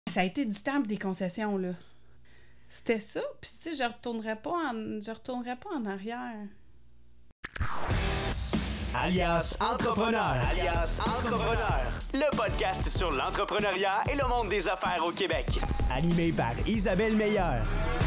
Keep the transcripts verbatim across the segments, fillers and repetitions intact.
Ça a été du temps pour des concessions, là. C'était ça, puis tu sais, je retournerais pas en, je retournerais pas en arrière. Alias Entrepreneur. Alias Entrepreneur. Le podcast sur l'entrepreneuriat et le monde des affaires au Québec. Animé par Isabelle Meilleur.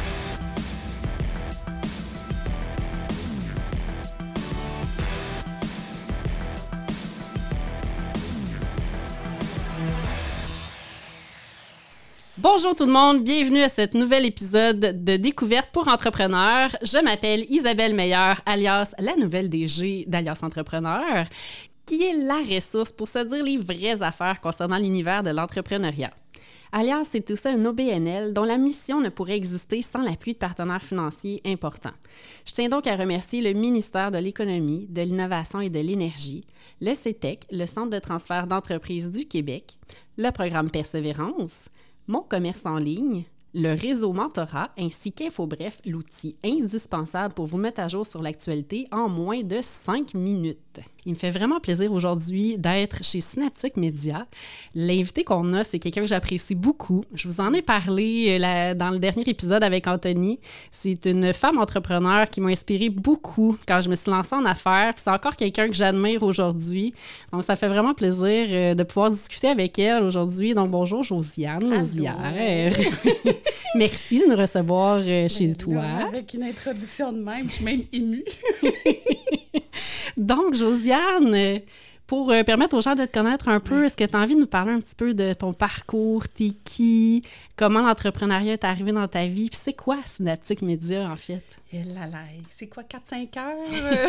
Bonjour tout le monde, bienvenue à cet nouvel épisode de Découverte pour entrepreneurs. Je m'appelle Isabelle Meilleur, alias la nouvelle D G d'Alias Entrepreneur, qui est la ressource pour se dire les vraies affaires concernant l'univers de l'entrepreneuriat. Alias, c'est aussi un O B N L dont la mission ne pourrait exister sans l'appui de partenaires financiers importants. Je tiens donc à remercier le ministère de l'Économie, de l'Innovation et de l'Énergie, le C E T E C, le Centre de transfert d'entreprises du Québec, le programme Persévérance, Mon commerce en ligne, le réseau Mentorat ainsi qu'InfoBref, l'outil indispensable pour vous mettre à jour sur l'actualité en moins de cinq minutes. Il me fait vraiment plaisir aujourd'hui d'être chez Synaptic Media. L'invité qu'on a, c'est quelqu'un que j'apprécie beaucoup. Je vous en ai parlé la, dans le dernier épisode avec Anthony. C'est une femme entrepreneur qui m'a inspiré beaucoup quand je me suis lancée en affaires. Puis c'est encore quelqu'un que j'admire aujourd'hui. Donc, ça fait vraiment plaisir de pouvoir discuter avec elle aujourd'hui. Donc, bonjour Josiane Lauzière. Merci de nous recevoir chez Mais toi. Là, avec une introduction de même, je suis même émue. Donc, Josiane, pour euh, permettre aux gens de te connaître un peu, est-ce que tu as envie de nous parler un petit peu de ton parcours? T'es qui? Comment l'entrepreneuriat est arrivé dans ta vie? Puis c'est quoi Synaptic Media, en fait? Et là là, c'est quoi, quatre cinq heures?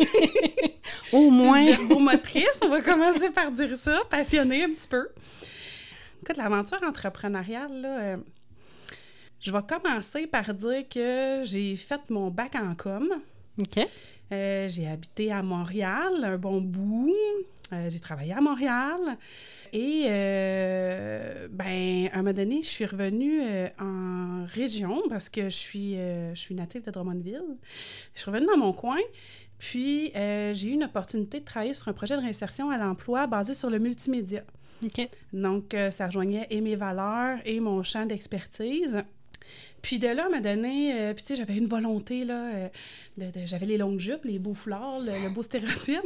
Au moins. Une verbomotrice, on va commencer par dire ça. Passionnée un petit peu. Écoute, l'aventure entrepreneuriale, là, euh, je vais commencer par dire que j'ai fait mon bac en com. OK. Euh, j'ai habité à Montréal un bon bout. Euh, j'ai travaillé à Montréal. Et, euh, ben, à un moment donné, je suis revenue euh, en région parce que je suis, euh, je suis native de Drummondville. Je suis revenue dans mon coin. Puis, euh, j'ai eu une opportunité de travailler sur un projet de réinsertion à l'emploi basé sur le multimédia. OK. Donc, euh, ça rejoignait et mes valeurs et mon champ d'expertise. Puis de là, à un moment donné, euh, puis tu sais, j'avais une volonté, là, euh, de, de, j'avais les longues jupes, les beaux foulards, le, le beau stéréotype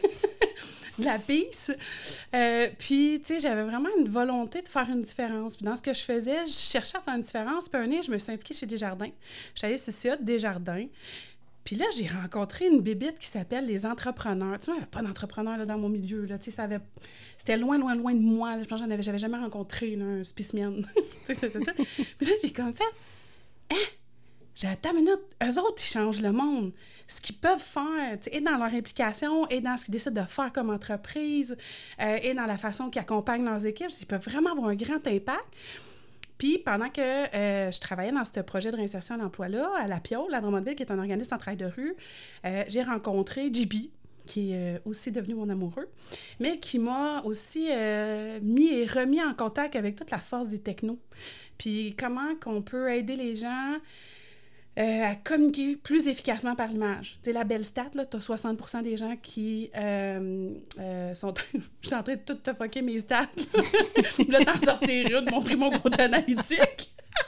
de la pisse. Euh, puis, tu sais, j'avais vraiment une volonté de faire une différence. Puis dans ce que je faisais, je cherchais à faire une différence. Puis un nez, je me suis impliquée chez Desjardins. Je suis allée sur le C A de Desjardins. Puis là, j'ai rencontré une bébite qui s'appelle les entrepreneurs. Tu vois, il n'y avait pas d'entrepreneurs là, dans mon milieu. Là. Tu sais, ça avait... C'était loin, loin, loin de moi. Là. Je pense que j'en avais, j'avais jamais rencontré là, un spécimen. Puis là, j'ai comme fait... Hein? J'ai attends une minute. Eux autres, ils changent le monde. Ce qu'ils peuvent faire, et dans leur implication, et dans ce qu'ils décident de faire comme entreprise, euh, et dans la façon qu'ils accompagnent leurs équipes, ils peuvent vraiment avoir un grand impact. Puis, pendant que euh, je travaillais dans ce projet de réinsertion à l'emploi-là, à la P I O, la Drummondville, qui est un organisme en travail de rue, euh, j'ai rencontré J B, qui est euh, aussi devenu mon amoureux, mais qui m'a aussi euh, mis et remis en contact avec toute la force des technos. Puis, comment qu'on peut aider les gens euh, à communiquer plus efficacement par l'image. Tu sais, la belle stat, là, tu as soixante pour cent des gens qui euh, euh, sont... Je suis en train de tout te fucker mes stats. Là, t'en sortir une, de montrer mon côté analytique.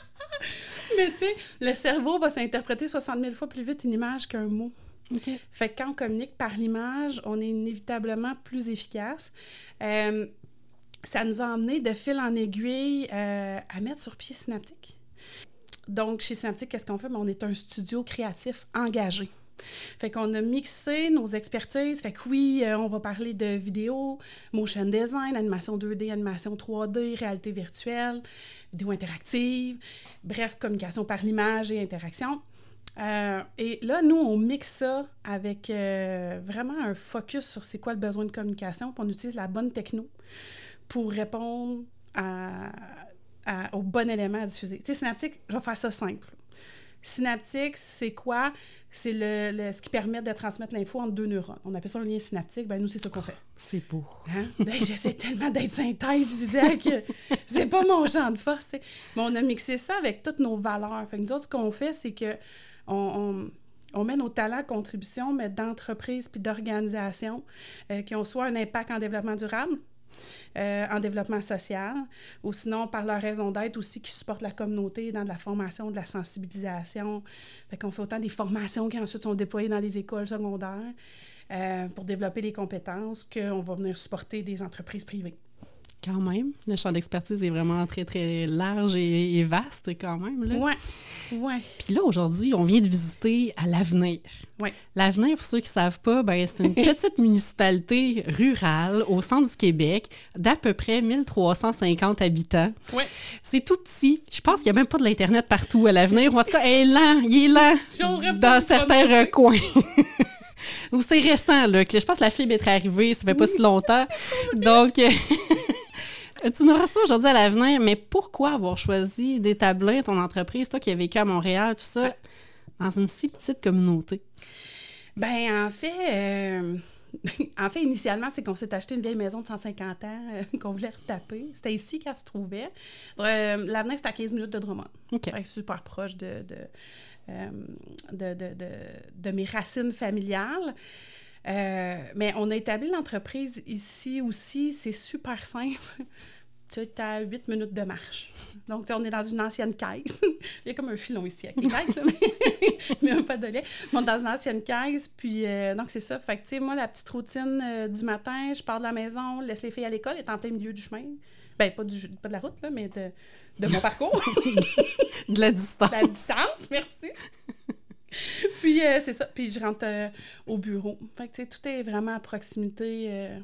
Mais tu sais, le cerveau va s'interpréter soixante mille fois plus vite une image qu'un mot. OK. Fait que quand on communique par l'image, on est inévitablement plus efficace. Euh, ça nous a emmené de fil en aiguille euh, à mettre sur pied Synaptic. Donc, chez Synaptic, qu'est-ce qu'on fait? Bien, on est un studio créatif engagé. Fait qu'on a mixé nos expertises. Fait que oui, euh, on va parler de vidéo, motion design, animation deux D, animation trois D, réalité virtuelle, vidéo interactive, bref, communication par l'image et interaction. Euh, et là, nous, on mixe ça avec euh, vraiment un focus sur c'est quoi le besoin de communication, puis on utilise la bonne techno pour répondre à... À, au bon élément à diffuser. Tu sais, Synaptic, je vais faire ça simple. Synaptic, c'est quoi? C'est le, le, ce qui permet de transmettre l'info entre deux neurones. On appelle ça un lien synaptique. Ben nous, c'est ça qu'on fait. C'est beau. Hein? Ben, j'essaie tellement d'être synthèse, que c'est pas mon champ de force. T'sais. Mais on a mixé ça avec toutes nos valeurs. Fait que nous autres, ce qu'on fait, c'est que on, on, on met nos talents à contribution, mais d'entreprise puis d'organisation euh, qui ont soit un impact en développement durable, euh, en développement social, ou sinon par leur raison d'être aussi qui supportent la communauté dans de la formation, de la sensibilisation. Fait qu'on fait autant des formations qui ensuite sont déployées dans les écoles secondaires euh, pour développer les compétences qu'on va venir supporter des entreprises privées. Quand même, le champ d'expertise est vraiment très, très large et, et vaste quand même. Là. Ouais, ouais. Puis là, aujourd'hui, on vient de visiter à l'Avenir. Ouais. L'Avenir, pour ceux qui ne savent pas, ben, c'est une petite municipalité rurale au centre du Québec d'à peu près mille trois cent cinquante habitants. Ouais. C'est tout petit. Je pense qu'il n'y a même pas de l'Internet partout à l'Avenir. Ou en tout cas, elle est lent, il est lent dans certains recoins. Ou c'est récent, là. Que je pense que la fibre est arrivée, ça fait pas si longtemps. Donc... Tu nous reçois aujourd'hui à l'Avenir, mais pourquoi avoir choisi d'établir ton entreprise, toi qui as vécu à Montréal, tout ça, dans une si petite communauté? Bien, en fait, euh, en fait, initialement, c'est qu'on s'est acheté une vieille maison de cent cinquante ans euh, qu'on voulait retaper. C'était ici qu'elle se trouvait. Euh, L'Avenir, c'était à quinze minutes de Drummond. OK. Fait que super proche de, de, euh, de, de, de, de mes racines familiales. Euh, mais on a établi l'entreprise ici aussi. C'est super simple. Tu es à huit minutes de marche. Donc, on est dans une ancienne caisse. Il y a comme un filon ici avec les caisses, là, mais, mais un pas de lait. On est dans une ancienne caisse, puis euh, donc c'est ça. Fait que, tu sais, moi, la petite routine euh, du matin, je pars de la maison, laisse les filles à l'école, est en plein milieu du chemin. Ben pas, du, pas de la route, là, mais de, de mon parcours. De la distance. De la distance, merci. Puis, euh, c'est ça. Puis, je rentre euh, au bureau. Fait que, tu sais, tout est vraiment à proximité. Euh,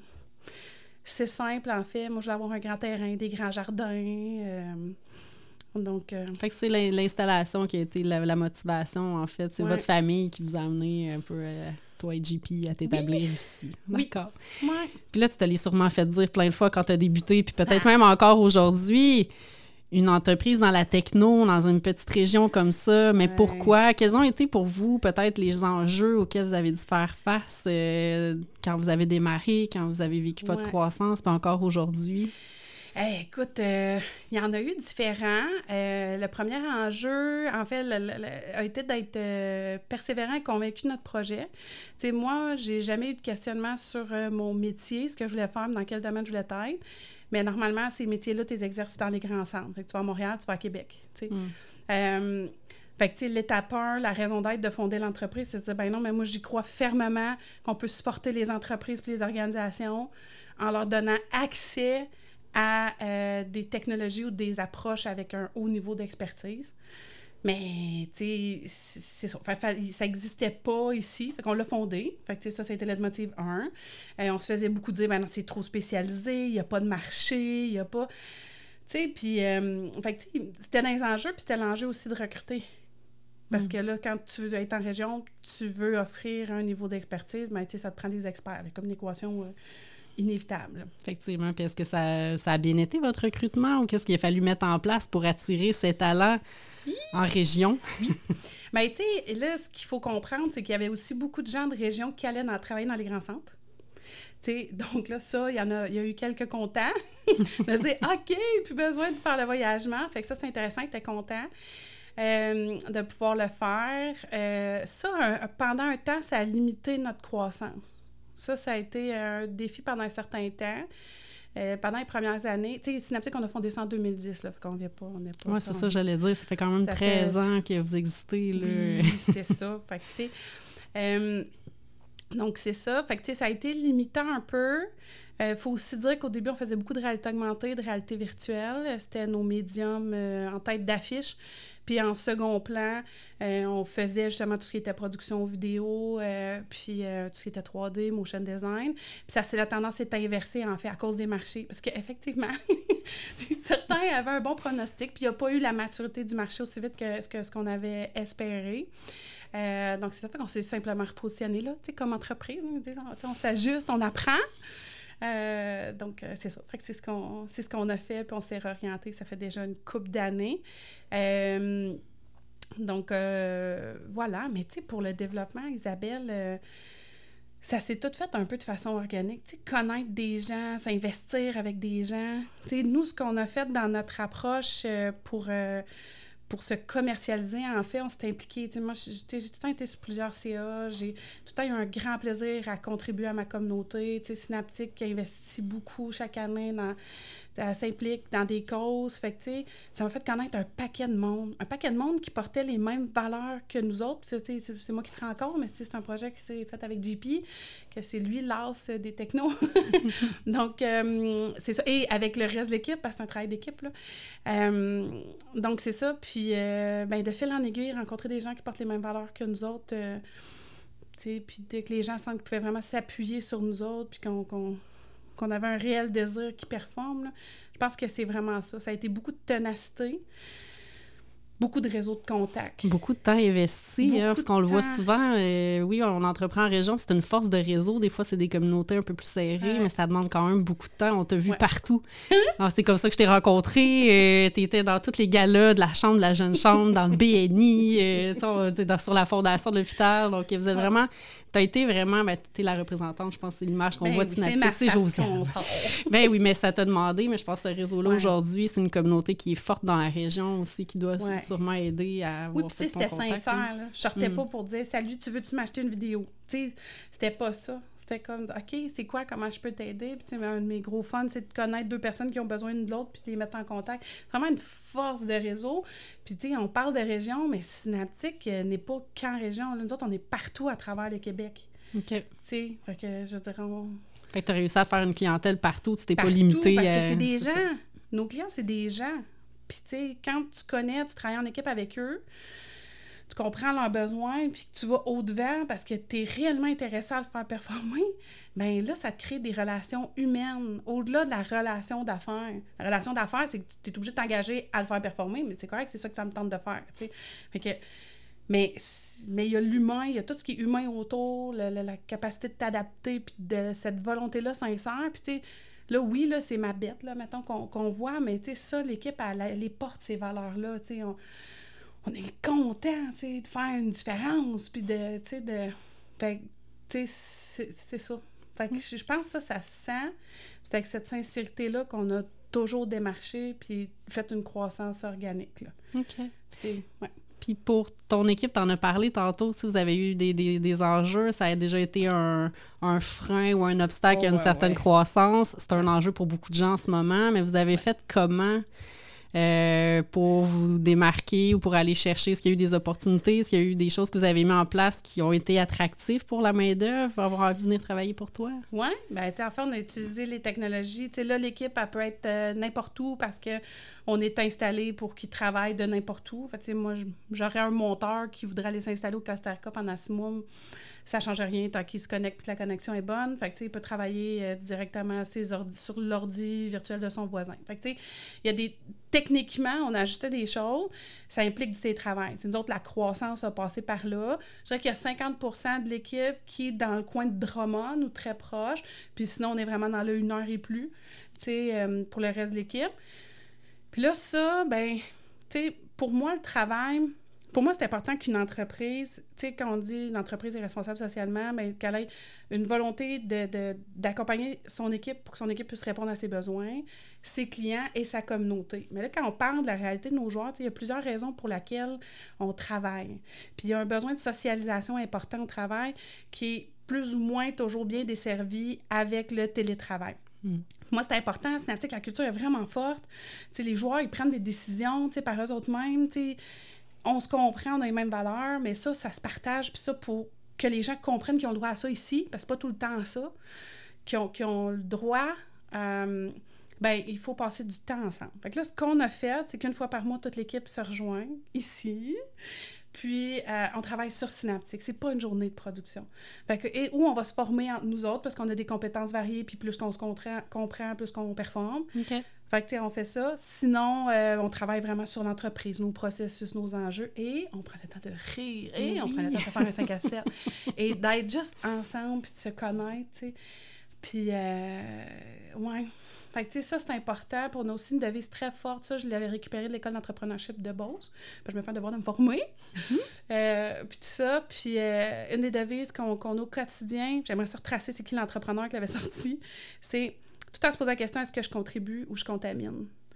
c'est simple, en fait. Moi, je veux avoir un grand terrain, des grands jardins. Euh, donc... Euh... Fait que c'est l'installation qui a été la, la motivation, en fait. C'est ouais. votre famille qui vous a amené un peu, euh, toi et J P, à t'établir oui. ici. D'accord. Oui. Ouais. Puis là, tu te l'es sûrement fait dire plein de fois quand tu as débuté, puis peut-être ah. même encore aujourd'hui... Une entreprise dans la techno, dans une petite région comme ça, mais ouais. pourquoi? Quels ont été pour vous peut-être les enjeux auxquels vous avez dû faire face euh, quand vous avez démarré, quand vous avez vécu votre ouais. croissance, puis encore aujourd'hui? Hey, écoute, il euh, y en a eu différents. Euh, le premier enjeu, en fait, le, le, le, a été d'être euh, persévérant et convaincu de notre projet. Tu sais, moi, j'ai jamais eu de questionnement sur euh, mon métier, ce que je voulais faire, dans quel domaine je voulais être. Mais normalement, ces métiers-là, tu les exerces dans les grands centres. Fait que tu vas à Montréal, tu vas à Québec, tu sais. Mm. Euh, fait que, tu sais, l'étape un, la raison d'être de fonder l'entreprise, c'est de dire, ben non, mais moi, j'y crois fermement qu'on peut supporter les entreprises et les organisations en leur donnant accès à euh, des technologies ou des approches avec un haut niveau d'expertise. Mais, tu sais, c'est ça. Fait, ça n'existait pas ici. Fait qu'on l'a fondé. Fait que, tu sais, ça, ça a été le motif un. Euh, on se faisait beaucoup dire, ben non, c'est trop spécialisé, il n'y a pas de marché, il n'y a pas... Tu sais, puis, euh, fait que, tu sais, c'était dans les enjeux, puis c'était l'enjeu aussi de recruter. Parce mm. que là, quand tu veux être en région, tu veux offrir un niveau d'expertise, ben, tu sais, ça te prend des experts. Comme une équation... Euh, inévitable. Effectivement. Puis est-ce que ça, ça a bien été, votre recrutement, ou qu'est-ce qu'il a fallu mettre en place pour attirer ces talents oui. en région? Oui. Bien, tu sais, là, ce qu'il faut comprendre, c'est qu'il y avait aussi beaucoup de gens de région qui allaient dans, travailler dans les grands centres. Tu sais, donc là, ça, il y en a, il y a eu quelques contents. On a dit, OK, plus besoin de faire le voyagement. Fait que ça, c'est intéressant, ils étaient contents. Euh, de pouvoir le faire. Euh, ça, un, pendant un temps, ça a limité notre croissance. Ça, ça a été un défi pendant un certain temps. Euh, pendant les premières années, tu sais, Synaptique, on a fondé ça en deux mille dix, là, fait qu'on vient pas, on n'est pas... Oui, c'est ça, j'allais dire, ça fait quand même ça treize fait... ans que vous existez, là. Oui, c'est ça, fait que, tu sais... Euh, donc, c'est ça, fait que, tu sais, ça a été limitant un peu. Il euh, faut aussi dire qu'au début, on faisait beaucoup de réalité augmentée, de réalité virtuelle. C'était nos médiums euh, en tête d'affiche. Puis en second plan, euh, on faisait justement tout ce qui était production vidéo, euh, puis euh, tout ce qui était trois D, motion design. Puis ça, c'est la tendance s'est inversée, en fait, à cause des marchés. Parce qu'effectivement, certains avaient un bon pronostic, puis il n'y a pas eu la maturité du marché aussi vite que, que ce qu'on avait espéré. Euh, donc, c'est ça fait qu'on s'est simplement repositionné là, tu sais, comme entreprise. On, on s'ajuste, on apprend. Euh, donc, euh, c'est ça. Fait que c'est ce qu'on, c'est ce qu'on a fait, puis on s'est réorienté. Ça fait déjà une couple d'années. Euh, donc, euh, voilà. Mais tu sais, pour le développement, Isabelle, euh, ça s'est tout fait un peu de façon organique. Tu sais, connaître des gens, s'investir avec des gens. Tu sais, nous, ce qu'on a fait dans notre approche euh, pour... Euh, pour se commercialiser, en fait, on s'est impliqué. Tu sais, moi, j'ai, j'ai tout le temps été sur plusieurs C A, j'ai tout le temps eu un grand plaisir à contribuer à ma communauté. Tu sais, Synaptique qui investit beaucoup chaque année dans... Elle s'implique dans des causes. Fait que, tu sais, ça m'a fait connaître un paquet de monde. Un paquet de monde qui portait les mêmes valeurs que nous autres. Tu sais, c'est, c'est moi qui te rends encore, mais c'est un projet qui s'est fait avec J P, que c'est lui l'as des technos. Donc, euh, c'est ça. Et avec le reste de l'équipe, parce que c'est un travail d'équipe, là. Euh, donc, c'est ça. Puis, euh, ben, de fil en aiguille, rencontrer des gens qui portent les mêmes valeurs que nous autres. Euh, tu sais, puis dès que les gens sentent qu'ils pouvaient vraiment s'appuyer sur nous autres, puis qu'on... qu'on qu'on avait un réel désir qui performe, là. Je pense que c'est vraiment ça. Ça a été beaucoup de ténacité, beaucoup de réseaux de contacts. Beaucoup de temps investi, hein, parce qu'on le voit souvent. Euh, oui, on entreprend en région, c'est une force de réseau. Des fois, c'est des communautés un peu plus serrées, ouais. mais ça demande quand même beaucoup de temps. On t'a vu ouais. partout. Alors, c'est comme ça que je t'ai rencontré. Euh, t'étais dans tous les galas de la chambre de la jeune chambre, dans le B N I, euh, t'es dans, sur la fondation de l'hôpital. Donc, vous êtes ouais. vraiment... T'as été vraiment, ben, t'es la représentante, je pense, c'est l'image qu'on ben voit oui, de Synaptique, c'est Josiane. Ben oui, mais ça t'a demandé, mais je pense que ce réseau-là, ouais. aujourd'hui, c'est une communauté qui est forte dans la région aussi, qui doit ouais. sûrement aider à avoir. Oui, puis tu sais, c'était sincère, là. Je sortais mm. pas pour dire « Salut, tu veux-tu m'acheter une vidéo? » Tu sais, c'était pas ça. C'était comme « OK, c'est quoi, comment je peux t'aider? » Puis tu sais, un de mes gros fun, c'est de connaître deux personnes qui ont besoin l'une de l'autre puis de les mettre en contact. C'est vraiment une force de réseau. Puis tu sais, on parle de région, mais Synaptique n'est pas qu'en région. Là, nous autres, on est partout à travers le Québec. OK. Tu sais, fait que je dirais... On... Fait que tu as réussi à faire une clientèle partout, tu t'es partout, pas limité. Parce que euh, c'est des c'est gens. Ça. Nos clients, c'est des gens. Puis tu sais, quand tu connais, tu travailles en équipe avec eux, tu comprends leurs besoins, puis que tu vas au-devant parce que tu es réellement intéressé à le faire performer, bien là, ça te crée des relations humaines, au-delà de la relation d'affaires. La relation d'affaires, c'est que tu es obligé de t'engager à le faire performer, mais c'est correct, c'est ça que ça me tente de faire, tu sais. Fait que... Mais mais il y a l'humain, il y a tout ce qui est humain autour, le, le, la capacité de t'adapter, puis de cette volonté-là sincère. Puis tu sais, là, oui, là, c'est ma bête, là, mettons, qu'on, qu'on voit, mais tu sais, ça, l'équipe, elle, elle les porte, ces valeurs-là, tu sais, on, on est content, tu sais, de faire une différence, puis de, tu sais, de... Fait tu sais, c'est, c'est ça. Fait que je pense que ça, ça se sent. C'est avec cette sincérité-là qu'on a toujours démarché, puis fait une croissance organique, là. OK. Tu sais, ouais. Puis pour ton équipe, tu en as parlé tantôt, si vous avez eu des, des, des enjeux, ça a déjà été un, un frein ou un obstacle oh, à une ouais, certaine ouais. croissance. C'est un enjeu pour beaucoup de gens en ce moment, mais vous avez ouais. fait comment euh, pour vous démarquer ou pour aller chercher? Est-ce qu'il y a eu des opportunités? Est-ce qu'il y a eu des choses que vous avez mis en place qui ont été attractives pour la main-d'œuvre, avoir envie de venir travailler pour toi? Oui, bien, tu sais, en fait, on a utilisé les technologies. Tu sais, là, l'équipe, elle peut être euh, n'importe où parce qu'on est installé pour qu'ils travaillent de n'importe où. Fait que, tu sais, moi, j'aurais un monteur qui voudrait aller s'installer au Costa Rica pendant six mois. Ça ne change rien tant qu'il se connecte et que la connexion est bonne. Fait que, tu sais, il peut travailler euh, directement ses ordi, sur l'ordi virtuel de son voisin. Fait que, tu sais, il y a des... Techniquement, on a ajusté des choses. Ça implique du télétravail. T'sais, nous autres, la croissance a passé par là. Je dirais qu'il y a cinquante pour cent de l'équipe qui est dans le coin de Drummond ou très proche. Puis sinon, on est vraiment dans le une heure et plus, euh, pour le reste de l'équipe. Puis là, ça, ben, tu sais, pour moi, le travail... Pour moi, c'est important qu'une entreprise, tu sais, quand on dit une entreprise est responsable socialement, bien, qu'elle ait une volonté de, de, d'accompagner son équipe pour que son équipe puisse répondre à ses besoins, ses clients et sa communauté. Mais là, quand on parle de la réalité de nos joueurs, tu sais, il y a plusieurs raisons pour lesquelles on travaille. Puis il y a un besoin de socialisation important au travail qui est plus ou moins toujours bien desservi avec le télétravail. Mm. Moi, c'est important. Synaptique, la culture est vraiment forte. Tu sais, les joueurs, ils prennent des décisions, tu sais, par eux-mêmes, tu sais. On se comprend, on a les mêmes valeurs, mais ça, ça se partage, puis ça, pour que les gens comprennent qu'ils ont le droit à ça ici, parce que c'est pas tout le temps ça, qu'ils ont, qu'ils ont le droit, euh, ben il faut passer du temps ensemble. Fait que là, ce qu'on a fait, c'est qu'une fois par mois, toute l'équipe se rejoint ici, puis euh, on travaille sur Synaptique. C'est pas une journée de production. Fait que, et où on va se former entre nous autres, parce qu'on a des compétences variées, puis plus qu'on se comprend, comprend plus qu'on performe. OK. Fait que, tu sais, on fait ça. Sinon, euh, on travaille vraiment sur l'entreprise, nos processus, nos enjeux, et on prend le temps de rire, et oui. on prend le temps de faire un cinq à sept, et d'être juste ensemble, puis de se connaître, tu sais. Puis, euh, ouais. Fait que, tu sais, ça, c'est important. Puis, on a aussi une devise très forte. Ça, je l'avais récupérée de l'école d'entrepreneurship de Beauce. Puis, je me fais le devoir de me former. Mm-hmm. Euh, puis, tout ça. Puis, euh, une des devises qu'on, qu'on a au quotidien, j'aimerais ça retracer c'est qui l'entrepreneur qui l'avait sorti, c'est tout en se posant la question, est-ce que je contribue ou je contamine?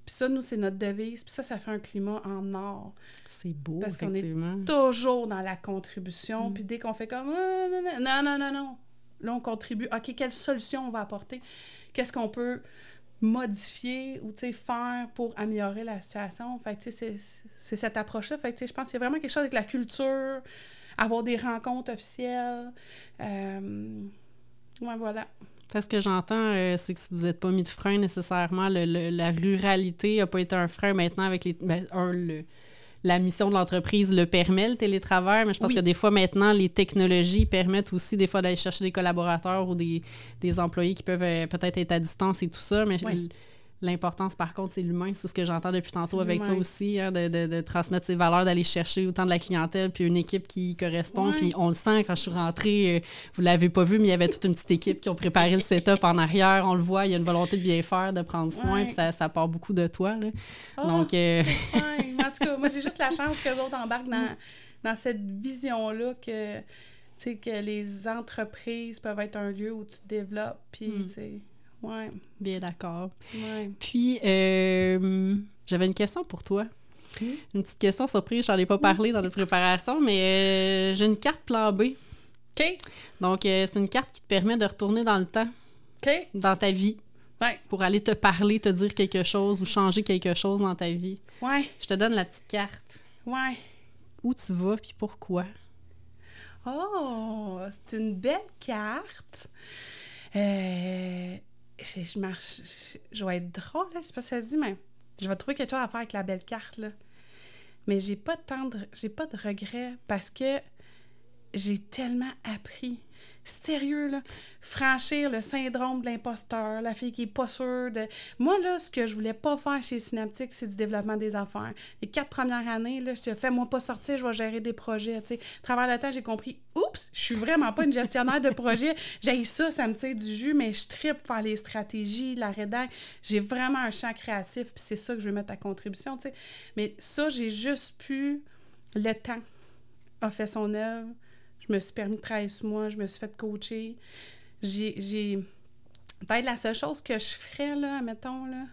Puis ça, nous, c'est notre devise. Puis ça, ça fait un climat en or. C'est beau, Parce qu'on effectivement. est toujours dans la contribution. Mm. Puis dès qu'on fait comme ah, non, non, non, non, non. Là, on contribue. OK, quelle solution on va apporter? Qu'est-ce qu'on peut modifier ou faire pour améliorer la situation? Fait que, tu sais, c'est, c'est cette approche-là. Fait que, tu sais, je pense qu'il y a vraiment quelque chose avec la culture, avoir des rencontres officielles. Euh... Ouais, voilà. Ce que j'entends, euh, c'est que vous n'êtes pas mis de frein nécessairement. Le, le, la ruralité n'a pas été un frein maintenant avec les. Ben, un, le, la mission de l'entreprise le permet, le télétravail, mais je pense oui. que des fois, maintenant, les technologies permettent aussi des fois d'aller chercher des collaborateurs ou des, des employés qui peuvent euh, peut-être être à distance et tout ça, mais oui. l'importance, par contre, c'est l'humain. C'est ce que j'entends depuis tantôt c'est avec l'humain. toi aussi, hein, de, de, de transmettre ses valeurs, d'aller chercher autant de la clientèle, puis une équipe qui correspond. Ouais. Puis on le sent, quand je suis rentrée, euh, vous l'avez pas vu, mais il y avait toute une petite équipe qui ont préparé le setup en arrière. On le voit, il y a une volonté de bien faire, de prendre soin, Ouais. puis ça, ça part beaucoup de toi. Là. Oh, Donc, euh... ouais. En tout cas, moi, j'ai juste la chance que les autres embarquent dans, dans cette vision-là que, tu sais, que les entreprises peuvent être un lieu où tu te développes, puis, Mm. tu sais, ouais. bien d'accord. Ouais. Puis, euh, j'avais une question pour toi. Mm. Une petite question surprise, je n'en ai pas parlé dans la préparation, mais euh, j'ai une carte plan B. OK. Donc, euh, c'est une carte qui te permet de retourner dans le temps, OK. dans ta vie, Ouais. pour aller te parler, te dire quelque chose ou changer quelque chose dans ta vie. Ouais. Je te donne la petite carte. Ouais. Où tu vas, puis pourquoi? Oh, c'est une belle carte. Euh, je, je marche... Je, je vais être drôle, là, je sais pas si ça se dit, mais je vais trouver quelque chose à faire avec la belle carte, là. Mais j'ai pas tant de... J'ai pas de regrets parce que j'ai tellement appris. Sérieux, là. Franchir le syndrome de l'imposteur, la fille qui est pas sûre de... Moi, là, ce que je voulais pas faire chez Synaptique, c'est du développement des affaires. Les quatre premières années, là, je te fais, moi, pas sortir, je vais gérer des projets, tu sais. À travers le temps, j'ai compris, oups, je suis vraiment pas une gestionnaire de projet. J'ai ça, ça me tire du jus, mais je tripe faire les stratégies, la rédac. J'ai vraiment un champ créatif, puis c'est ça que je vais mettre à contribution, tu sais. Mais ça, j'ai juste pu... Le temps a fait son œuvre. Je me suis permis de travailler sur moi, je me suis fait coacher. J'ai... j'ai... Peut-être la seule chose que je ferais, là, admettons, là,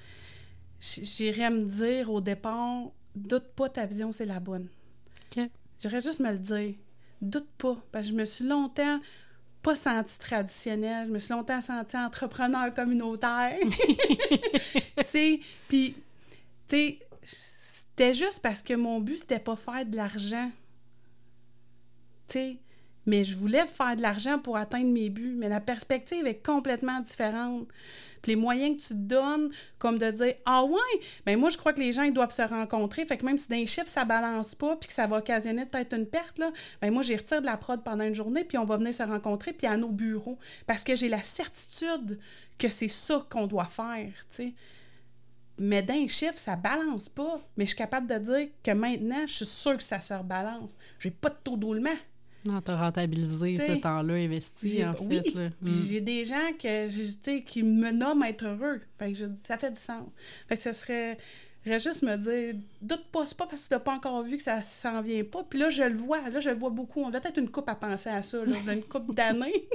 j'irais me dire au départ, doute pas, ta vision, c'est la bonne. OK. J'irais juste me le dire. Doute pas, parce que je me suis longtemps pas sentie traditionnelle, je me suis longtemps sentie entrepreneur communautaire. Tu sais, puis, tu sais, c'était juste parce que mon but, c'était pas faire de l'argent. Tu sais, mais je voulais faire de l'argent pour atteindre mes buts, mais la perspective est complètement différente. Puis les moyens que tu te donnes, comme de dire « Ah ouais, bien moi, je crois que les gens, ils doivent se rencontrer, fait que même si dans les chiffres, ça balance pas, puis que ça va occasionner peut-être une perte, là, bien moi, j'y retire de la prod pendant une journée, puis on va venir se rencontrer, puis à nos bureaux, parce que j'ai la certitude que c'est ça qu'on doit faire, tu sais. Mais dans les chiffres, ça balance pas, mais je suis capable de dire que maintenant, je suis sûre que ça se rebalance. J'ai pas de taux d'oulement. Non, t'as rentabilisé T'sais, ce temps-là investi, J'ai- en oui, fait. Là. puis Mm. j'ai des gens que, je- tu sais, qui me nomment être heureux. Fait que je dis, ça fait du sens. Fait que ça serait, serait juste me dire, doute pas, c'est pas parce que tu l'as pas encore vu que ça s'en vient pas. Puis là, je le vois, là, je le vois beaucoup. On doit peut-être une couple à penser à ça, là, on a une couple d'années.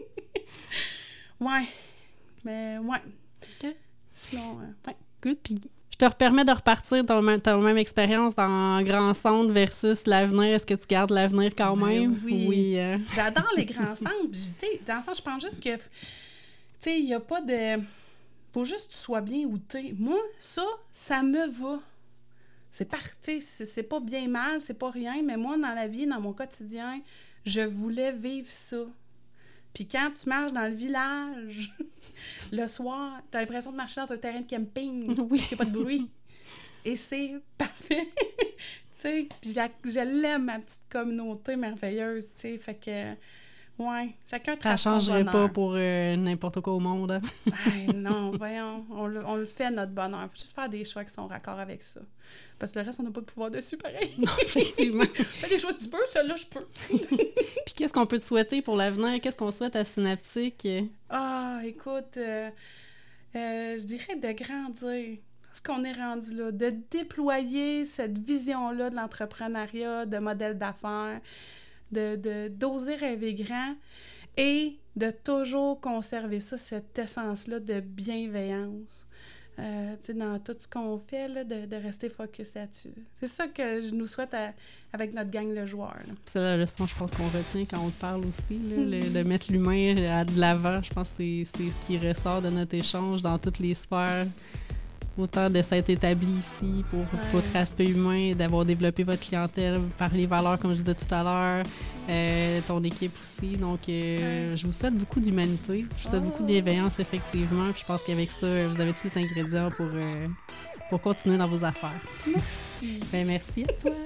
Ouais. Mais, ouais. OK. Sinon, euh, ouais. Good. Puis je te permets de repartir ton, même- ta même expérience dans Grand Centre versus l'avenir. Est-ce que tu gardes l'avenir quand Ben même? oui. Oui. euh, J'adore les grands centres. Puis, tu sais, dans le sens, je pense juste que, tu sais, il n'y a pas de... Faut juste que tu sois bien où t'es. Moi, ça, ça me va. C'est parti. C'est c'est pas bien mal, c'est pas rien, mais moi, dans la vie, dans mon quotidien, je voulais vivre ça. Puis quand tu marches dans le village, le soir, t'as l'impression de marcher dans un terrain de camping. Oui. Il n'y a pas de bruit. Et c'est parfait. Tu sais, puis je, je l'aime, ma petite communauté merveilleuse, tu sais. Fait que, ouais, chacun Ça trace son changerait bonheur. pas pour euh, n'importe quoi au monde. hein. Hey, non, voyons, on le, on le fait notre bonheur. Faut juste faire des choix qui sont raccord avec ça. Parce que le reste, on n'a pas de pouvoir dessus, pareil. Effectivement. Fais des choix que tu peux, celui-là, je peux. Puis qu'est-ce qu'on peut te souhaiter pour l'avenir? Qu'est-ce qu'on souhaite à Synaptique? Ah, écoute, euh, euh, je dirais de grandir. Parce qu'on est rendu là, de déployer cette vision-là de l'entrepreneuriat, de modèle d'affaires, de, de, d'oser rêver grand et de toujours conserver ça, cette essence-là de bienveillance. euh, tu sais, dans tout ce qu'on fait, là, de, de rester focus là-dessus. C'est ça que je nous souhaite à, avec notre gang de joueurs. Là. C'est la leçon, je pense, qu'on retient quand on te parle aussi, là, le, de mettre l'humain à de l'avant. Je pense que c'est, c'est ce qui ressort de notre échange dans toutes les sphères. Autant de s'être établi ici pour ouais. votre aspect humain, d'avoir développé votre clientèle par les valeurs, comme je disais tout à l'heure, euh, ton équipe aussi. Donc, euh, ouais. je vous souhaite beaucoup d'humanité. Je vous souhaite oh. beaucoup de bienveillance, effectivement. Puis je pense qu'avec ça, vous avez tous les ingrédients pour, euh, pour continuer dans vos affaires. Merci. Ben, merci à toi.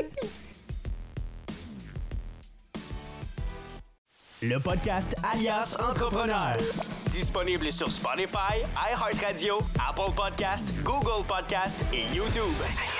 Le podcast Alias Entrepreneur. Disponible sur Spotify, iHeartRadio, Apple Podcast, Google Podcast et YouTube.